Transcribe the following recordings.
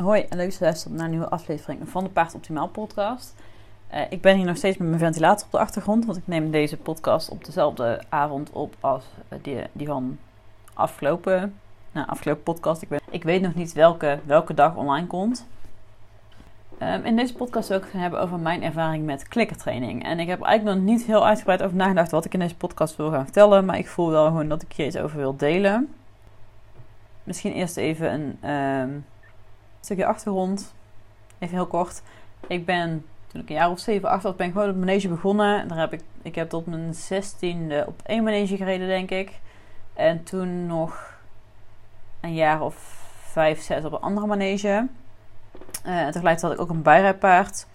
Hoi en leuk dat je luistert naar een nieuwe aflevering van de Paard Optimaal podcast. Ik ben hier nog steeds met mijn ventilator op de achtergrond, want ik neem deze podcast op dezelfde avond op als die van afgelopen podcast. Ik weet nog niet welke dag online komt. In deze podcast wil ik het gaan hebben over mijn ervaring met klikkertraining. En ik heb eigenlijk nog niet heel uitgebreid over nagedacht wat ik in deze podcast wil gaan vertellen, maar ik voel wel gewoon dat ik hier iets over wil delen. Misschien eerst even een stukje achtergrond. Even heel kort. Ik ben, toen ik een jaar of 7, 8 was, ben ik gewoon op manege begonnen. Ik heb tot mijn 16e op 1 manege gereden, denk ik. En toen nog een jaar of 5, 6 op een andere manege. En tegelijkertijd had ik ook een bijrijpaard.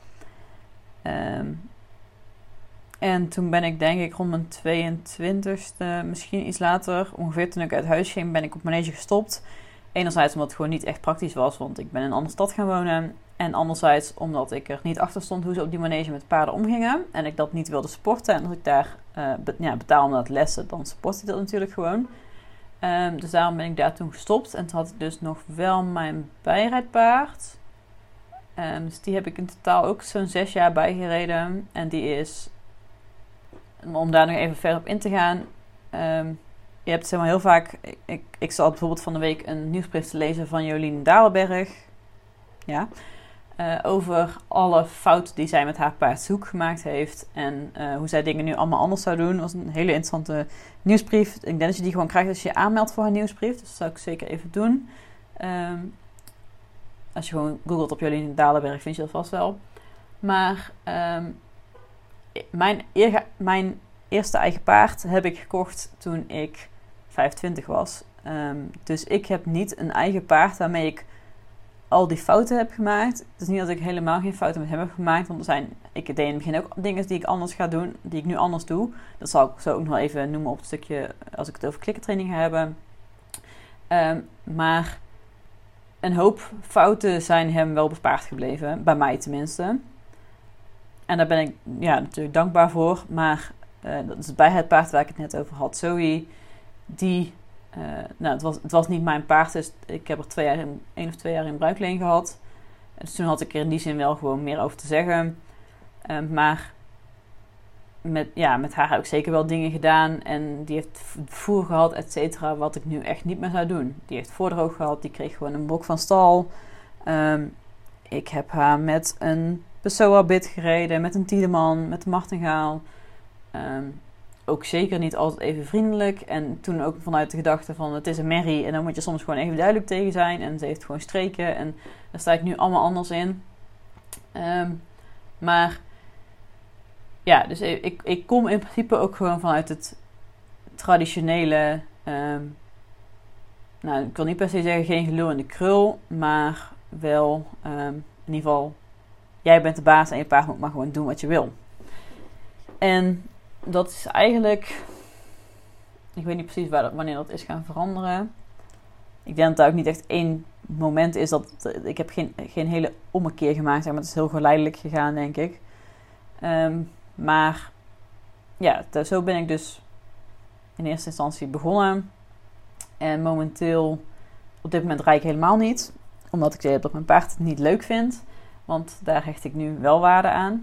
En toen ben ik, denk ik, rond mijn 22e, misschien iets later, ongeveer toen ik uit huis ging, ben ik op manege gestopt. Enerzijds omdat het gewoon niet echt praktisch was, want ik ben in een andere stad gaan wonen. En anderzijds omdat ik er niet achter stond hoe ze op die manege met paarden omgingen. En ik dat niet wilde sporten. En als ik daar betaal om dat lessen, dan sport ik dat natuurlijk gewoon. Dus daarom ben ik daar toen gestopt. En toen had ik dus nog wel mijn bijrijdpaard. Dus die heb ik in totaal ook zo'n 6 jaar bijgereden. En die is, om daar nog even verder op in te gaan. Je hebt zeg maar heel vaak, ik zat bijvoorbeeld van de week een nieuwsbrief te lezen van Jolien Dalenberg. Ja. Over alle fouten die zij met haar paard Zoek gemaakt heeft. En hoe zij dingen nu allemaal anders zou doen. Dat was een hele interessante nieuwsbrief. Ik denk dat je die gewoon krijgt als je je aanmeldt voor haar nieuwsbrief. Dus dat zou ik zeker even doen. Als je gewoon googelt op Jolien Dalenberg vind je dat vast wel. Maar mijn eerste eigen paard heb ik gekocht toen ik 25 was. Dus ik heb niet een eigen paard waarmee ik al die fouten heb gemaakt. Het is niet dat ik helemaal geen fouten met hem heb gemaakt. Want ik deed in het begin ook dingen die ik anders ga doen. Die ik nu anders doe. Dat zal ik zo ook nog even noemen op het stukje als ik het over klikkertraining ga hebben. Maar een hoop fouten zijn hem wel bespaard gebleven. Bij mij tenminste. En daar ben ik natuurlijk dankbaar voor. Maar dat is bij het paard waar ik het net over had. Zoe, het was niet mijn paard. Dus ik heb er 1 of 2 jaar in bruikleen gehad. Dus toen had ik er in die zin wel gewoon meer over te zeggen. Maar met haar heb ik zeker wel dingen gedaan. En die heeft voer gehad, et cetera. Wat ik nu echt niet meer zou doen. Die heeft voordroog gehad. Die kreeg gewoon een brok van stal. Ik heb haar met een Pessoa-bit gereden. Met een Tiedeman. Met een martengaal. Ook zeker niet altijd even vriendelijk. En toen ook vanuit de gedachte van het is een merrie. En dan moet je soms gewoon even duidelijk tegen zijn. En ze heeft gewoon streken. En daar sta ik nu allemaal anders in. Maar ja, dus ik kom in principe ook gewoon vanuit het traditionele. Ik wil niet per se zeggen geen gelul in de krul. Maar wel in ieder geval jij bent de baas en je paard moet maar gewoon doen wat je wil. En dat is eigenlijk, ik weet niet precies wanneer dat is gaan veranderen. Ik denk dat er ook niet echt één moment is ik heb geen hele ommekeer gemaakt, maar het is heel geleidelijk gegaan, denk ik. Maar ja, zo ben ik dus in eerste instantie begonnen. En momenteel, op dit moment rijd ik helemaal niet. Omdat ik dat mijn paard het niet leuk vindt. Want daar hecht ik nu wel waarde aan.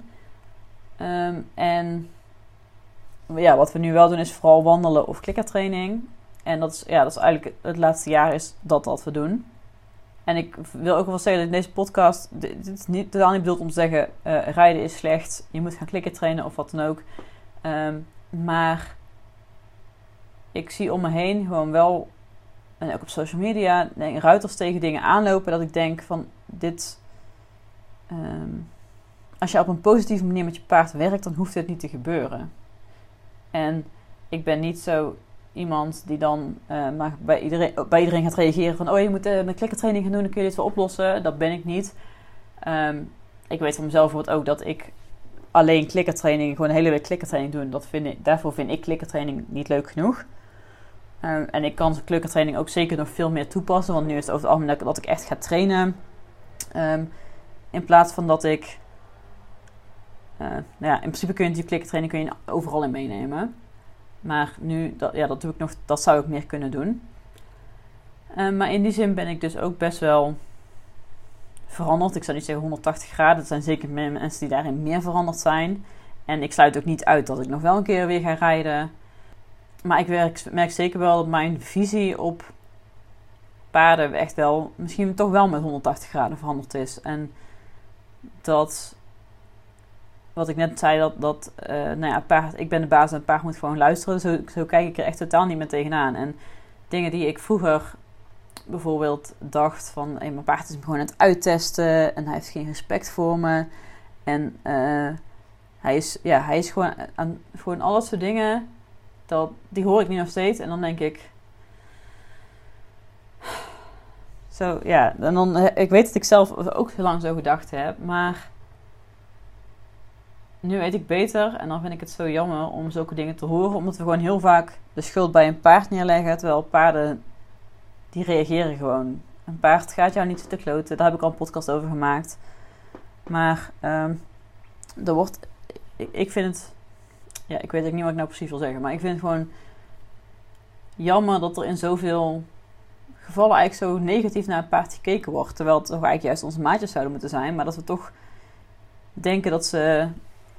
En ja, wat we nu wel doen is vooral wandelen of klikkertraining. En dat is eigenlijk het laatste jaar is dat wat we doen. En ik wil ook wel zeggen dat in deze podcast, dit is niet totaal niet bedoeld om te zeggen rijden is slecht, je moet gaan klikkertrainen of wat dan ook. Maar ik zie om me heen gewoon wel, en ook op social media, ruiters tegen dingen aanlopen dat ik denk van dit. Als je op een positieve manier met je paard werkt, dan hoeft dit niet te gebeuren. En ik ben niet zo iemand die dan maar bij iedereen gaat reageren van je moet een klikkertraining gaan doen, dan kun je dit wel oplossen. Dat ben ik niet. Ik weet van mezelf bijvoorbeeld ook dat ik alleen klikkertraining, gewoon een hele week klikkertraining doen. Daarvoor vind ik klikkertraining niet leuk genoeg. En ik kan klikkertraining ook zeker nog veel meer toepassen, want nu is het over het algemeen dat ik echt ga trainen. In plaats van dat ik in principe kun je die klikkertraining overal in meenemen. Maar nu, dat doe ik nog, dat zou ik meer kunnen doen. Maar in die zin ben ik dus ook best wel veranderd. Ik zou niet zeggen 180 graden. Er zijn zeker mensen die daarin meer veranderd zijn. En ik sluit ook niet uit dat ik nog wel een keer weer ga rijden. Maar ik merk zeker wel dat mijn visie op paarden echt wel, misschien toch wel met 180 graden veranderd is. En dat, wat ik net zei, ik ben de baas en het paard moet gewoon luisteren. Zo kijk ik er echt totaal niet meer tegenaan. En dingen die ik vroeger bijvoorbeeld dacht van, mijn paard is me gewoon aan het uittesten en hij heeft geen respect voor me. En hij is gewoon gewoon al dat soort dingen, die hoor ik nu nog steeds. En dan denk ik, ik weet dat ik zelf ook heel lang zo gedacht heb, maar nu weet ik beter. En dan vind ik het zo jammer om zulke dingen te horen, omdat we gewoon heel vaak de schuld bij een paard neerleggen, terwijl paarden, die reageren gewoon. Een paard gaat jou niet te kloten, daar heb ik al een podcast over gemaakt. Maar ik vind het, ik weet ook niet wat ik nou precies wil zeggen, maar ik vind het gewoon jammer dat er in zoveel gevallen eigenlijk zo negatief naar het paard gekeken wordt. Terwijl het toch eigenlijk juist onze maatjes zouden moeten zijn. Maar dat we toch denken dat ze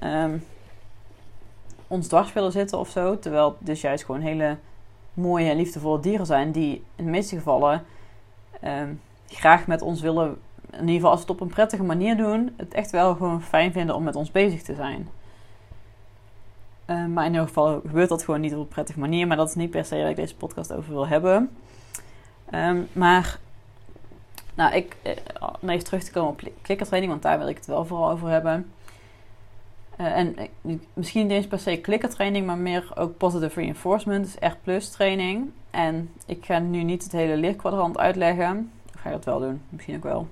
ons dwars willen zitten of zo. Terwijl het dus juist gewoon hele mooie en liefdevolle dieren zijn. Die in de meeste gevallen graag met ons willen. In ieder geval als we het op een prettige manier doen. Het echt wel gewoon fijn vinden om met ons bezig te zijn. Maar in ieder geval gebeurt dat gewoon niet op een prettige manier. Maar dat is niet per se waar ik deze podcast over wil hebben. Om even terug te komen op klikkertraining, want daar wil ik het wel vooral over hebben. Misschien niet eens per se klikkertraining, maar meer ook positive reinforcement, dus R+ training. En ik ga nu niet het hele leerkwadrant uitleggen. Of ga ik dat wel doen? Misschien ook wel.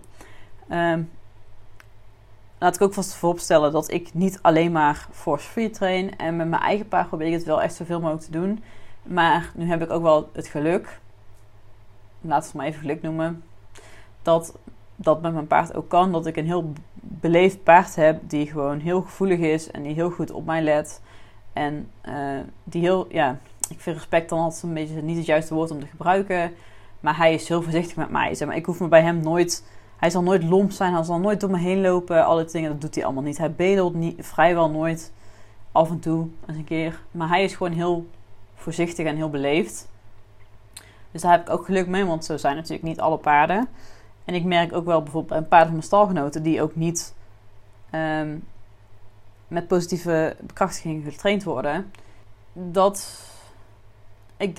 Laat ik ook vast vooropstellen dat ik niet alleen maar force free train. En met mijn eigen paard probeer ik het wel echt zoveel mogelijk te doen. Maar nu heb ik ook wel het geluk, laten we het maar even geluk noemen, dat met mijn paard ook kan. Dat ik een heel beleefd paard heb die gewoon heel gevoelig is en die heel goed op mij let. En ik vind respect dan altijd een beetje niet het juiste woord om te gebruiken. Maar hij is heel voorzichtig met mij. Zeg maar, ik hoef me bij hem nooit, hij zal nooit lomp zijn, hij zal nooit door me heen lopen. Alle dingen, dat doet hij allemaal niet. Hij bedelt vrijwel nooit, af en toe eens een keer. Maar hij is gewoon heel voorzichtig en heel beleefd. Dus daar heb ik ook geluk mee, want zo zijn natuurlijk niet alle paarden. En ik merk ook wel bijvoorbeeld bij een paar van mijn stalgenoten die ook niet met positieve bekrachtiging getraind worden, dat ik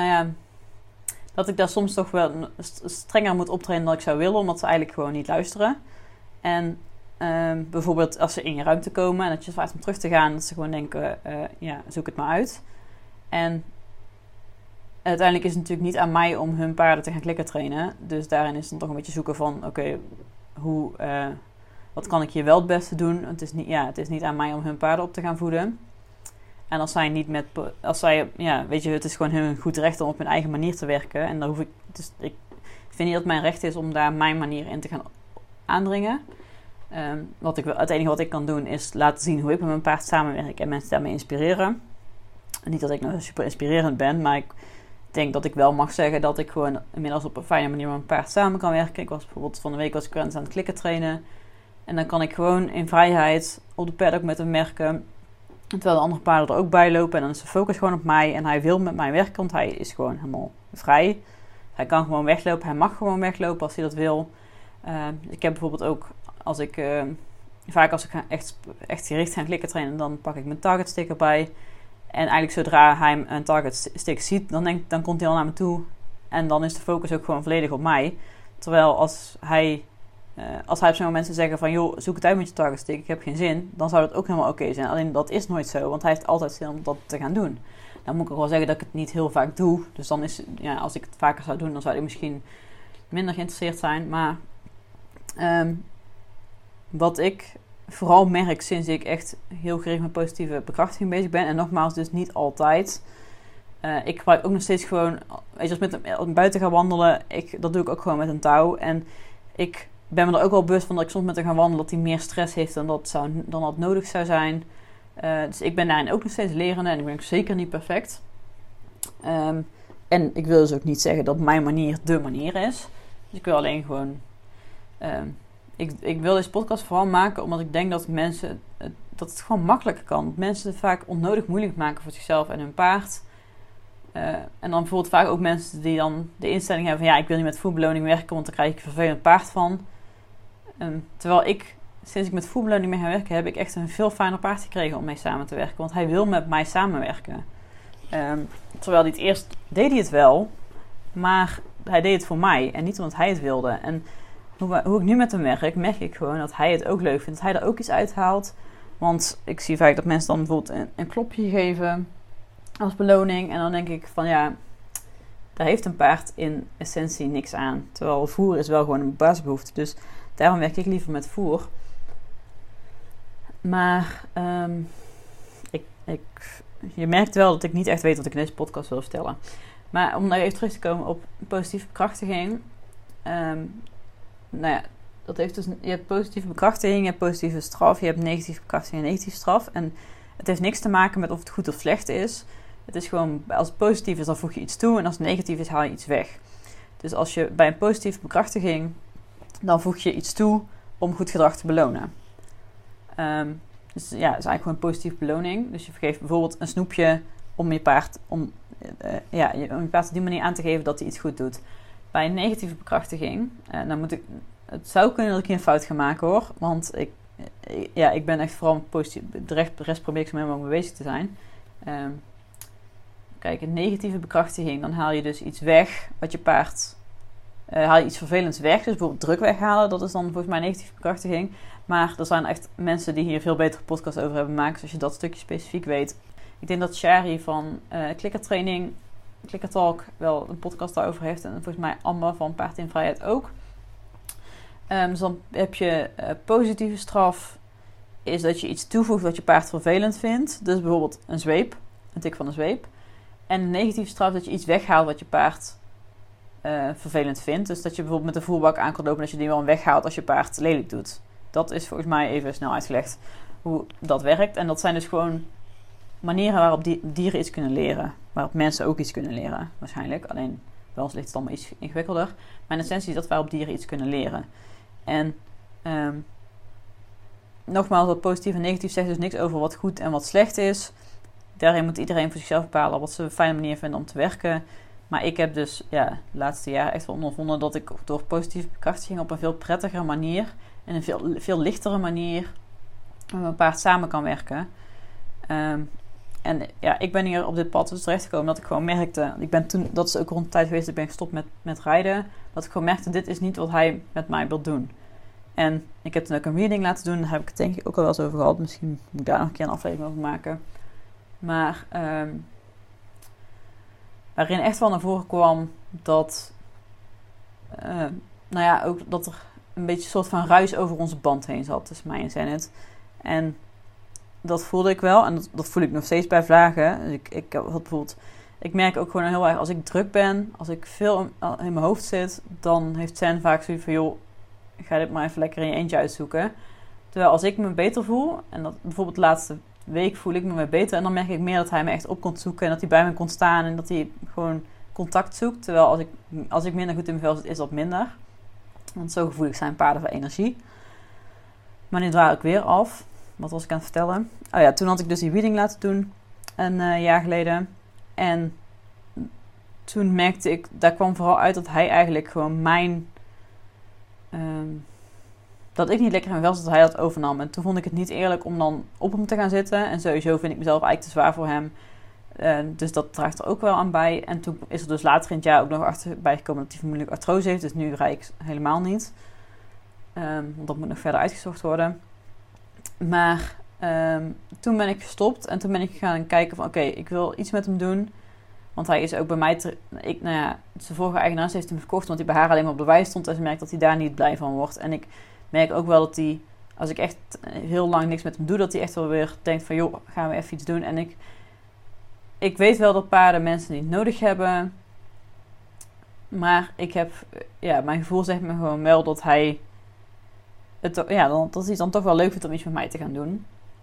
daar soms toch wel strenger moet optreden dan ik zou willen, omdat ze eigenlijk gewoon niet luisteren. En bijvoorbeeld als ze in je ruimte komen en dat je vraagt om terug te gaan, dat ze gewoon denken, zoek het maar uit. En uiteindelijk is het natuurlijk niet aan mij om hun paarden te gaan klikker trainen. Dus daarin is het dan toch een beetje zoeken van, wat kan ik hier wel het beste doen? Het is niet aan mij om hun paarden op te gaan voeden. En het is gewoon hun goed recht om op hun eigen manier te werken. En daar ik vind niet dat het mijn recht is om daar mijn manier in te gaan aandringen. Het enige wat ik kan doen is laten zien hoe ik met mijn paard samenwerk en mensen daarmee inspireren. En niet dat ik nou super inspirerend ben, maar ik denk dat ik wel mag zeggen dat ik gewoon inmiddels op een fijne manier met mijn paard samen kan werken. Ik was bijvoorbeeld van de week aan het klikken trainen. En dan kan ik gewoon in vrijheid op de paddock met hem werken. Terwijl de andere paarden er ook bij lopen. En dan is de focus gewoon op mij. En hij wil met mij werken, want hij is gewoon helemaal vrij. Hij kan gewoon weglopen. Hij mag gewoon weglopen als hij dat wil. Ik heb bijvoorbeeld ook, als ik echt gericht ga klikken trainen, dan pak ik mijn target stick erbij. En eigenlijk zodra hij een target stick ziet, dan komt hij al naar me toe. En dan is de focus ook gewoon volledig op mij. Terwijl als hij op zo'n moment zou zeggen van, joh, zoek het uit met je target stick, ik heb geen zin, dan zou dat ook helemaal oké zijn. Alleen dat is nooit zo, want hij heeft altijd zin om dat te gaan doen. Dan moet ik ook wel zeggen dat ik het niet heel vaak doe. Dus dan als ik het vaker zou doen, dan zou hij misschien minder geïnteresseerd zijn. Maar wat ik vooral merk sinds ik echt heel gericht met positieve bekrachtiging bezig ben, en nogmaals, dus niet altijd. Ik gebruik ook nog steeds gewoon, weet je, als ik met buiten ga wandelen, dat doe ik ook gewoon met een touw. En ik ben me er ook wel bewust van dat ik soms met hem ga wandelen dat hij meer stress heeft dan dat nodig zou zijn. Dus ik ben daarin ook nog steeds lerende en ik ben ook zeker niet perfect. En ik wil dus ook niet zeggen dat mijn manier de manier is. Dus ik wil alleen gewoon ik wil deze podcast vooral maken omdat ik denk dat mensen... dat het gewoon makkelijker kan. Dat mensen het vaak onnodig moeilijk maken voor zichzelf en hun paard. En dan bijvoorbeeld vaak ook mensen die dan de instelling hebben van... ja, ik wil niet met voerbeloning werken, want dan krijg ik een vervelend paard van. Terwijl sinds ik met voerbeloning mee ga werken... heb ik echt een veel fijner paard gekregen om mee samen te werken. Want hij wil met mij samenwerken. Terwijl hij het eerst deed hij het wel... maar hij deed het voor mij en niet omdat hij het wilde. En hoe ik nu met hem werk, merk ik gewoon dat hij het ook leuk vindt. Dat hij er ook iets uithaalt. Want ik zie vaak dat mensen dan bijvoorbeeld een klopje geven als beloning. En dan denk ik van ja, daar heeft een paard in essentie niks aan. Terwijl voer is wel gewoon een basisbehoefte. Dus daarom werk ik liever met voer. Maar je merkt wel dat ik niet echt weet wat ik in deze podcast wil vertellen. Maar om nou even terug te komen op positieve bekrachtiging. Nou ja, dat heeft dus, je hebt positieve bekrachtiging, je hebt positieve straf, je hebt negatieve bekrachtiging en negatieve straf. En het heeft niks te maken met of het goed of slecht is. Het is gewoon, als het positief is, dan voeg je iets toe en als het negatief is, haal je iets weg. Dus als je bij een positieve bekrachtiging, dan voeg je iets toe om goed gedrag te belonen. Dus ja, het is eigenlijk gewoon een positieve beloning. Dus je geeft bijvoorbeeld een snoepje om je paard, om je paard op die manier aan te geven dat hij iets goed doet. Bij een negatieve bekrachtiging, het zou kunnen dat ik hier een fout ga maken hoor. Want ik ben echt vooral positief. De rest probeer ik zo min mogelijk mee bezig te zijn. Kijk, een negatieve bekrachtiging, dan haal je dus iets weg wat je paard... haal je iets vervelends weg. Dus bijvoorbeeld druk weghalen, dat is dan volgens mij negatieve bekrachtiging. Maar er zijn echt mensen die hier veel betere podcasts over hebben gemaakt. Dus als je dat stukje specifiek weet. Ik denk dat Shari van Klikkertraining, Klikkertalk, wel een podcast daarover heeft. En volgens mij Amber van Paard in Vrijheid ook. Dus dan heb je positieve straf. Is dat je iets toevoegt wat je paard vervelend vindt. Dus bijvoorbeeld een zweep. Een tik van een zweep. En negatieve straf dat je iets weghaalt wat je paard vervelend vindt. Dus dat je bijvoorbeeld met een voerbak aan kan lopen. En dat je die wel weghaalt als je paard lelijk doet. Dat is volgens mij even snel uitgelegd hoe dat werkt. En dat zijn dus gewoon manieren waarop dieren iets kunnen leren. Waarop mensen ook iets kunnen leren. Waarschijnlijk. Alleen bij ons ligt het allemaal iets ingewikkelder. Maar in essentie is dat waarop dieren iets kunnen leren. En nogmaals, wat positief en negatief zegt dus niks over wat goed en wat slecht is. Daarin moet iedereen voor zichzelf bepalen wat ze een fijne manier vinden om te werken. Maar ik heb dus de laatste jaren echt wel ondervonden dat ik door positieve bekrachtiging op een veel prettigere manier en een veel lichtere manier met mijn paard samen kan werken. En ja, ik ben hier op dit pad dus terechtgekomen dat ik gewoon merkte... dat is ook rond de tijd geweest dat ik ben gestopt met rijden. Dat ik gewoon merkte, dit is niet wat hij met mij wil doen. En ik heb toen ook een reading laten doen. Daar heb ik het denk ik ook al wel eens over gehad. Misschien moet ik daar nog een keer een aflevering over maken. Maar waarin echt wel naar voren kwam dat... ook dat er een beetje een soort van ruis over onze band heen zat. Tussen mij en Zenith. En dat voelde ik wel. En dat voel ik nog steeds bij vlagen. Dus ik had bijvoorbeeld... Ik merk ook gewoon heel erg, als ik druk ben, als ik veel in mijn hoofd zit, dan heeft Zen vaak zoiets van, joh, ga dit maar even lekker in je eentje uitzoeken. Terwijl als ik me beter voel, en dat bijvoorbeeld de laatste week voel ik me weer beter, en dan merk ik meer dat hij me echt op kon zoeken en dat hij bij me kon staan en dat hij gewoon contact zoekt. Terwijl als ik minder goed in mijn vel zit, is dat minder. Want zo gevoelig zijn paarden voor energie. Maar nu draai ik weer af. Wat was ik aan het vertellen? Oh ja, toen had ik dus die reading laten doen, een jaar geleden. En toen merkte ik, daar kwam vooral uit dat hij eigenlijk gewoon dat ik niet lekker in mijn vel zat, dat hij dat overnam. En toen vond ik het niet eerlijk om dan op hem te gaan zitten. En sowieso vind ik mezelf eigenlijk te zwaar voor hem. Dus dat draagt er ook wel aan bij. En toen is er dus later in het jaar ook nog achterbij gekomen dat hij vermoedelijk artrose heeft. Dus nu rijd ik helemaal niet. Want dat moet nog verder uitgezocht worden. Maar toen ben ik gestopt en toen ben ik gaan kijken van oké, ik wil iets met hem doen. Want hij is ook bij mij... zijn vorige eigenaar heeft hem verkocht want hij bij haar alleen maar op de wei stond. En ze merkt dat hij daar niet blij van wordt. En ik merk ook wel dat hij, als ik echt heel lang niks met hem doe, dat hij echt wel weer denkt van joh, gaan we even iets doen. En ik weet wel dat paarden mensen niet nodig hebben. Maar ik heb... mijn gevoel zegt me gewoon wel dat hij... dat hij het dan toch wel leuk vindt om iets met mij te gaan doen.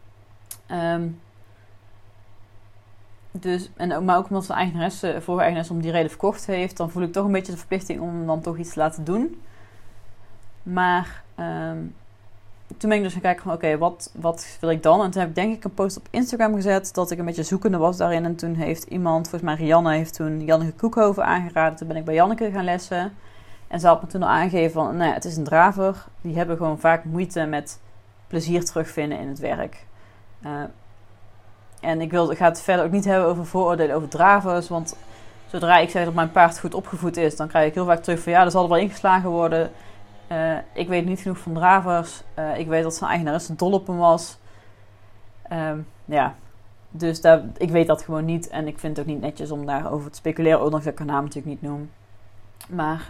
Maar ook omdat zijn vorige eigenares om die reden verkocht heeft, dan voel ik toch een beetje de verplichting om dan toch iets te laten doen. Maar Toen ben ik dus gaan kijken van oké, wat wil ik dan? En toen heb ik denk ik een post op Instagram gezet dat ik een beetje zoekende was daarin. En toen heeft iemand, volgens mij Rianne, heeft toen Janneke Koekhoven aangeraden. Toen ben ik bij Janneke gaan lessen. En ze had me toen al aangegeven van, nou ja, het is een draver. Die hebben gewoon vaak moeite met plezier terugvinden in het werk. En ik ga het verder ook niet hebben over vooroordelen over dravers. Want zodra ik zeg dat mijn paard goed opgevoed is, dan krijg ik heel vaak terug van ja, dat zal er wel ingeslagen worden. Ik weet niet genoeg van dravers. Ik weet dat zijn eigenaresse dol op hem was. Dus ik weet dat gewoon niet. En ik vind het ook niet netjes om daarover te speculeren. Ondanks dat ik haar naam natuurlijk niet noem. Maar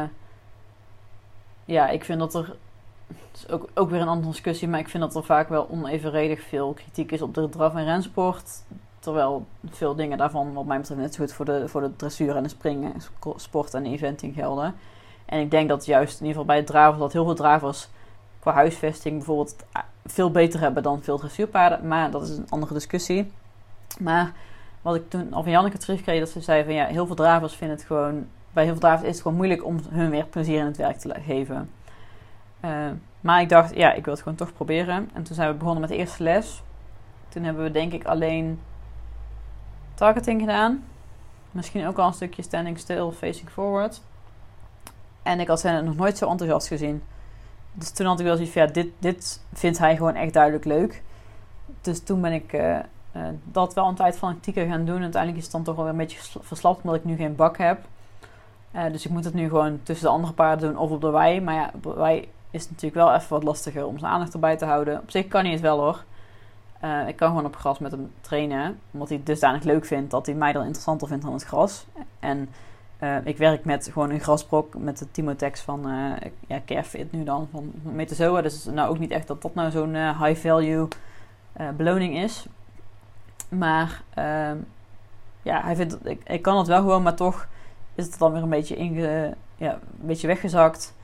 ik vind dat er... Het is ook weer een andere discussie. Maar ik vind dat er vaak wel onevenredig veel kritiek is op de draf- en rensport. Terwijl veel dingen daarvan wat mij betreft net zo goed voor de dressuur en de springen, sport en de eventing gelden. En ik denk dat juist in ieder geval bij het draven dat heel veel dravers qua huisvesting bijvoorbeeld veel beter hebben dan veel dressuurpaarden. Maar dat is een andere discussie. Maar wat ik toen al van Janneke terugkreeg, dat ze zei van ja, heel veel dravers vinden het gewoon... Bij heel veel dravers is het gewoon moeilijk om hun weer plezier in het werk te geven. Maar ik dacht, ja, ik wil het gewoon toch proberen. En toen zijn we begonnen met de eerste les. Toen hebben we denk ik alleen targeting gedaan. Misschien ook al een stukje standing still, facing forward. En ik had hen nog nooit zo enthousiast gezien. Dus toen had ik wel zoiets van, ja, dit vindt hij gewoon echt duidelijk leuk. Dus toen ben ik dat wel een tijd fanatieker gaan doen. Uiteindelijk is het dan toch wel weer een beetje verslapt, omdat ik nu geen bak heb. Dus ik moet het nu gewoon tussen de andere paarden doen of op de wei. Maar ja, op de wei is het natuurlijk wel even wat lastiger om zijn aandacht erbij te houden. Op zich kan hij het wel hoor. Ik kan gewoon op gras met hem trainen. Omdat hij het dusdanig leuk vindt dat hij mij dan interessanter vindt dan het gras. En ik werk met gewoon een grasbrok met de Timotex van Carefit nu dan van Metazoa. Dus het is nou ook niet echt dat nou zo'n high value beloning is. Maar hij vindt ik kan het wel gewoon, maar toch is het dan weer een beetje een beetje weggezakt.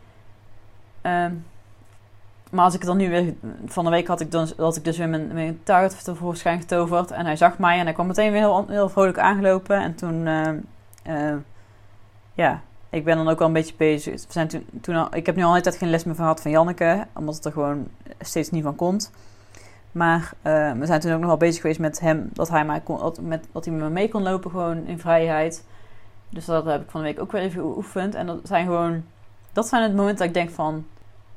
Maar als ik dan nu weer... Van de week had ik dus weer mijn target tevoorschijn getoverd. En hij zag mij en hij kwam meteen weer heel vrolijk aangelopen. En toen... ik ben dan ook al een beetje bezig. Ik heb nu al een hele tijd geen les meer gehad van Janneke. Omdat het er gewoon steeds niet van komt. Maar we zijn toen ook nog wel bezig geweest met hem. Dat hij met me mee kon lopen gewoon in vrijheid. Dus dat heb ik van de week ook weer even geoefend. En dat zijn het momenten dat ik denk van...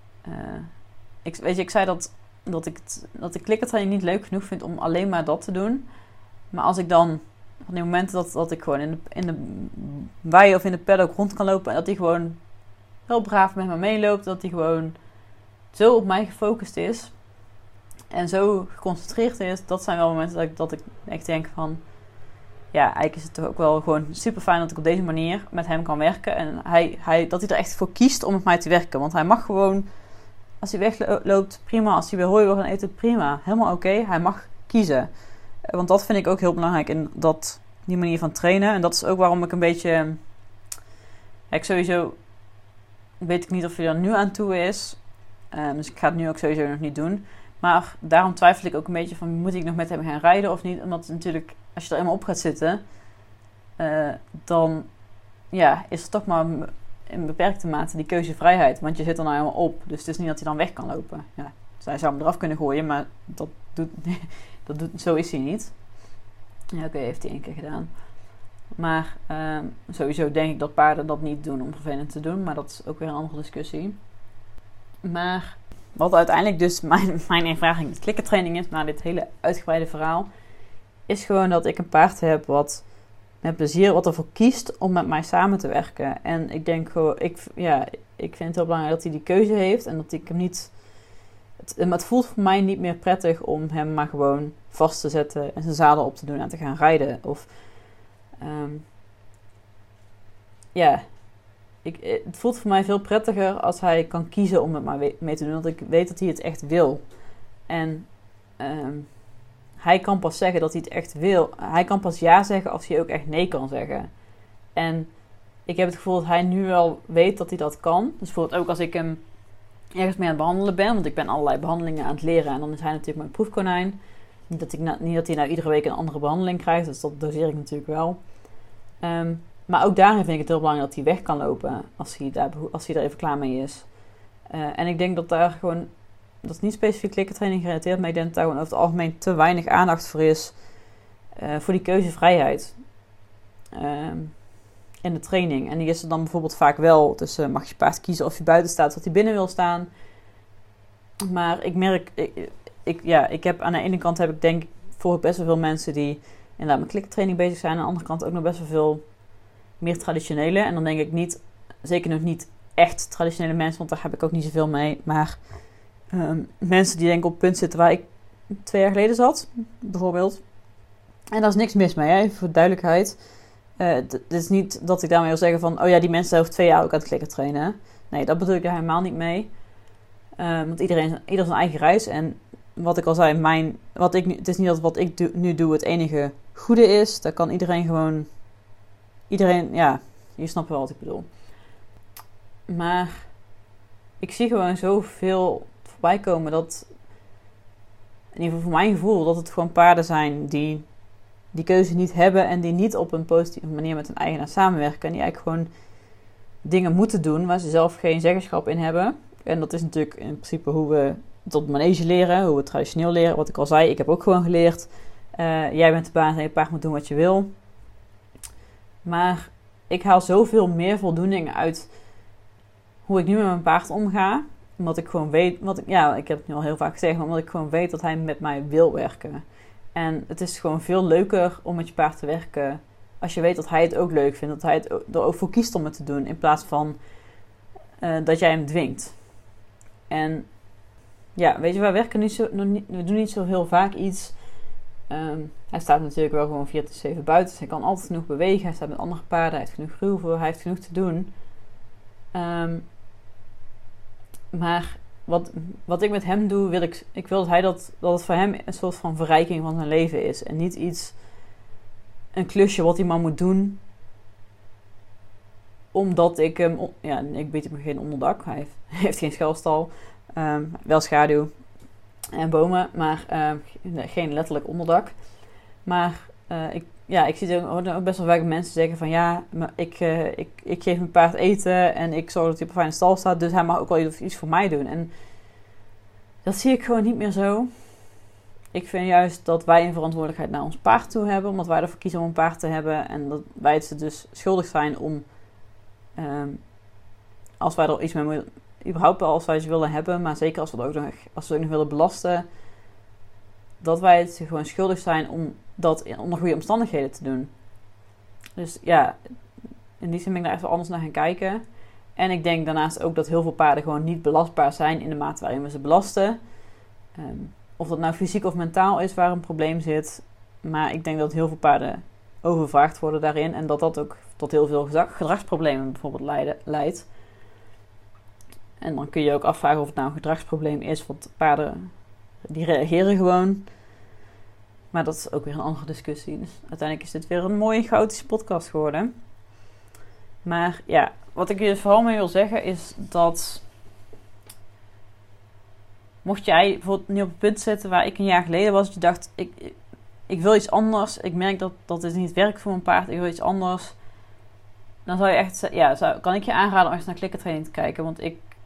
Ik zei dat ik klikkertraining niet leuk genoeg vind om alleen maar dat te doen. Maar als ik dan... Van die momenten dat ik gewoon in de wei of in de paddock rond kan lopen. En dat hij gewoon heel braaf met me meeloopt. Dat hij gewoon zo op mij gefocust is. En zo geconcentreerd is. Dat zijn wel momenten dat ik echt denk van... Ja, eigenlijk is het toch ook wel gewoon super fijn dat ik op deze manier met hem kan werken. En dat hij er echt voor kiest om met mij te werken. Want hij mag gewoon... Als hij wegloopt, prima. Als hij weer hooi wil gaan eten, prima. Helemaal oké. Hij mag kiezen. Want dat vind ik ook heel belangrijk in die manier van trainen. En dat is ook waarom ik een beetje... sowieso weet ik niet of hij er nu aan toe is. Dus ik ga het nu ook sowieso nog niet doen. Maar daarom twijfel ik ook een beetje van... Moet ik nog met hem gaan rijden of niet? Omdat natuurlijk, als je er eenmaal op gaat zitten... dan is er toch maar in beperkte mate die keuzevrijheid. Want je zit er nou helemaal op. Dus het is niet dat hij dan weg kan lopen. Ja, dus hij zou hem eraf kunnen gooien, maar zo is hij niet. Ja, oké, heeft hij 1 keer gedaan. Maar sowieso denk ik dat paarden dat niet doen om vervelend te doen. Maar dat is ook weer een andere discussie. Maar wat uiteindelijk dus mijn ervaring met klikkertraining is... na dit hele uitgebreide verhaal... is gewoon dat ik een paard heb wat met plezier wat ervoor kiest om met mij samen te werken. En ik denk gewoon... Ik vind het heel belangrijk dat hij die keuze heeft. En dat ik hem niet... Het voelt voor mij niet meer prettig om hem maar gewoon vast te zetten en zijn zadel op te doen en te gaan rijden. Of het voelt voor mij veel prettiger als hij kan kiezen om met mij mee te doen. Want ik weet dat hij het echt wil. En hij kan pas zeggen dat hij het echt wil. Hij kan pas ja zeggen als hij ook echt nee kan zeggen. En ik heb het gevoel dat hij nu wel weet dat hij dat kan. Dus bijvoorbeeld ook als ik hem ergens mee aan het behandelen ben. Want ik ben allerlei behandelingen aan het leren. En dan is hij natuurlijk mijn proefkonijn. Niet dat hij nou iedere week een andere behandeling krijgt. Dus dat doseer ik natuurlijk wel. Maar ook daarin vind ik het heel belangrijk dat hij weg kan lopen. Als hij er even klaar mee is. En ik denk dat daar gewoon, dat is niet specifiek klikkertraining gerelateerd, maar ik denk dat daar gewoon over het algemeen te weinig aandacht voor is. Voor die keuzevrijheid. In de training. En die is er dan bijvoorbeeld vaak wel. Dus mag je paard kiezen of je buiten staat of dat hij binnen wil staan. Maar ik merk, ik heb aan de ene kant heb ik denk ik voor best wel veel mensen die inderdaad met klikkertraining bezig zijn. Aan de andere kant ook nog best wel veel meer traditionele. En dan denk ik niet, zeker nog niet echt traditionele mensen, want daar heb ik ook niet zoveel mee. Maar mensen die denk ik op het punt zitten waar ik 2 jaar geleden zat, bijvoorbeeld. En daar is niks mis mee, hè? Even voor duidelijkheid. Het is niet dat ik daarmee wil zeggen van, oh ja, die mensen zijn over 2 jaar ook aan het klikker trainen. Nee, dat bedoel ik daar helemaal niet mee. Want ieder zijn eigen reis. En wat ik al zei, het is niet dat wat ik nu doe het enige goede is. Daar kan iedereen, ja, je snapt wel wat ik bedoel. Maar ik zie gewoon zoveel voorbij komen dat, in ieder geval voor mijn gevoel, dat het gewoon paarden zijn die keuze niet hebben en die niet op een positieve manier met hun eigenaar samenwerken. En die eigenlijk gewoon dingen moeten doen waar ze zelf geen zeggenschap in hebben. En dat is natuurlijk in principe hoe we tot manege leren, hoe we traditioneel leren. Wat ik al zei, ik heb ook gewoon geleerd. Jij bent de baas en je paard moet doen wat je wil. Maar ik haal zoveel meer voldoening uit hoe ik nu met mijn paard omga. Omdat ik gewoon weet, ik heb het nu al heel vaak gezegd, maar omdat ik gewoon weet dat hij met mij wil werken. En het is gewoon veel leuker om met je paard te werken als je weet dat hij het ook leuk vindt. Dat hij er ook voor kiest om het te doen. In plaats van dat jij hem dwingt. En ja, weet je, we doen niet zo heel vaak iets. Hij staat natuurlijk wel gewoon 24/7 buiten. Dus hij kan altijd genoeg bewegen. Hij staat met andere paarden. Hij heeft genoeg ruwen. Hij heeft genoeg te doen. Maar wat ik met hem doe, ik wil dat het voor hem een soort van verrijking van zijn leven is. En niet een klusje wat hij maar moet doen. Omdat ik hem, ik bied hem geen onderdak. Hij heeft geen schuilstal. Wel schaduw en bomen, maar geen letterlijk onderdak. Maar ik zie ook best wel vaak mensen zeggen van ja, maar ik geef mijn paard eten en ik zorg dat hij op een fijne stal staat, dus hij mag ook wel iets voor mij doen. En dat zie ik gewoon niet meer zo. Ik vind juist dat wij een verantwoordelijkheid naar ons paard toe hebben, omdat wij ervoor kiezen om een paard te hebben en dat wij het dus schuldig zijn om, als wij er iets mee moeten, überhaupt wel als wij ze willen hebben, maar zeker als we het ook nog willen belasten, dat wij het gewoon schuldig zijn om dat onder goede omstandigheden te doen. Dus ja, in die zin ben ik daar even anders naar gaan kijken. En ik denk daarnaast ook dat heel veel paarden gewoon niet belastbaar zijn in de mate waarin we ze belasten. Of dat nou fysiek of mentaal is waar een probleem zit. Maar ik denk dat heel veel paarden overvraagd worden daarin. En dat ook tot heel veel gedragsproblemen bijvoorbeeld leidt. En dan kun je ook afvragen of het nou een gedragsprobleem is. Want paarden, die reageren gewoon. Maar dat is ook weer een andere discussie. Dus uiteindelijk is dit weer een mooie chaotische podcast geworden. Maar ja, wat ik je vooral mee wil zeggen is dat, mocht jij bijvoorbeeld nu op het punt zitten waar ik een jaar geleden was, dat je dacht, ik wil iets anders. Ik merk dat dit niet werkt voor mijn paard. Ik wil iets anders. Dan zou je echt, kan ik je aanraden om eens naar klikkertraining te kijken. Want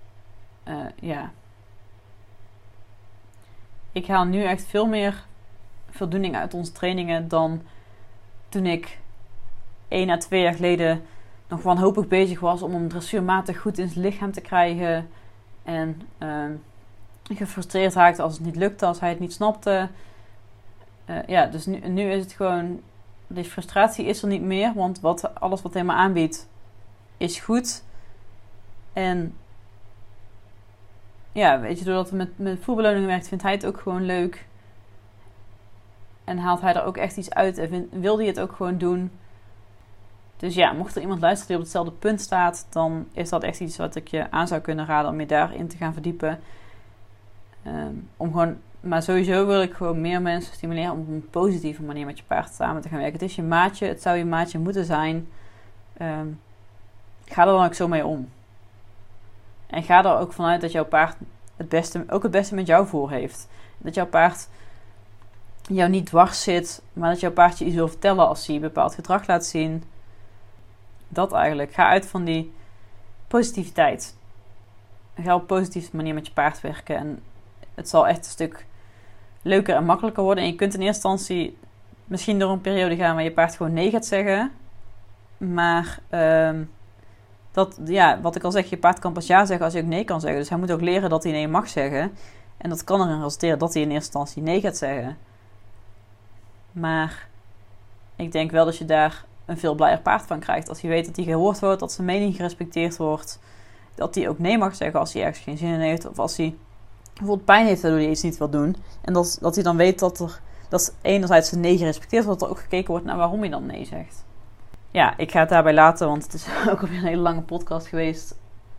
ik haal nu echt veel meer voldoening uit onze trainingen dan toen ik 1 à 2 jaar geleden nog wanhopig bezig was om hem dressuurmatig goed in zijn lichaam te krijgen. En gefrustreerd raakte als het niet lukte, als hij het niet snapte. Dus nu is het gewoon, die frustratie is er niet meer, want alles wat hij me aanbiedt is goed. En ja, weet je, doordat we met voerbeloningen werkt, vindt hij het ook gewoon leuk. En haalt hij er ook echt iets uit en wil hij het ook gewoon doen. Dus ja, mocht er iemand luisteren die op hetzelfde punt staat, dan is dat echt iets wat ik je aan zou kunnen raden om je daarin te gaan verdiepen. Maar sowieso wil ik gewoon meer mensen stimuleren om op een positieve manier met je paard samen te gaan werken. Het is je maatje, het zou je maatje moeten zijn. Ga er dan ook zo mee om. En ga er ook vanuit dat jouw paard het beste met jou voor heeft. Dat jouw paard jou niet dwars zit, maar dat jouw paard je iets wil vertellen als hij bepaald gedrag laat zien. Dat eigenlijk. Ga uit van die positiviteit. ga op een positieve manier met je paard werken. En het zal echt een stuk leuker en makkelijker worden. En je kunt in eerste instantie misschien door een periode gaan waar je paard gewoon nee gaat zeggen. Maar wat ik al zeg, je paard kan pas ja zeggen als hij ook nee kan zeggen. Dus hij moet ook leren dat hij nee mag zeggen. En dat kan erin resulteren dat hij in eerste instantie nee gaat zeggen. Maar ik denk wel dat je daar een veel blijer paard van krijgt. Als hij weet dat hij gehoord wordt, dat zijn mening gerespecteerd wordt. Dat hij ook nee mag zeggen als hij ergens geen zin in heeft. Of als hij bijvoorbeeld pijn heeft waardoor hij iets niet wil doen. En dat hij dan weet dat enerzijds zijn nee gerespecteerd wordt. Dat er ook gekeken wordt naar waarom hij dan nee zegt. Ja, ik ga het daarbij laten, want het is ook alweer een hele lange podcast geweest.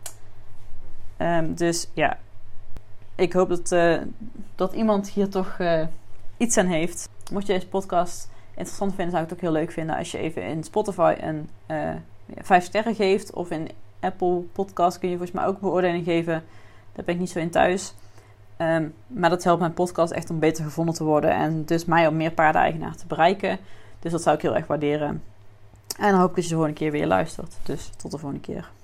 Dus ja, ik hoop dat iemand hier toch iets aan heeft. Mocht je deze podcast interessant vinden, zou ik het ook heel leuk vinden als je even in Spotify een 5 sterren geeft. Of in Apple Podcast kun je volgens mij ook beoordeling geven. Daar ben ik niet zo in thuis. Maar dat helpt mijn podcast echt om beter gevonden te worden. En dus mij om meer paardeneigenaar te bereiken. Dus dat zou ik heel erg waarderen. En dan hoop ik dat je de volgende keer weer luistert. Dus tot de volgende keer.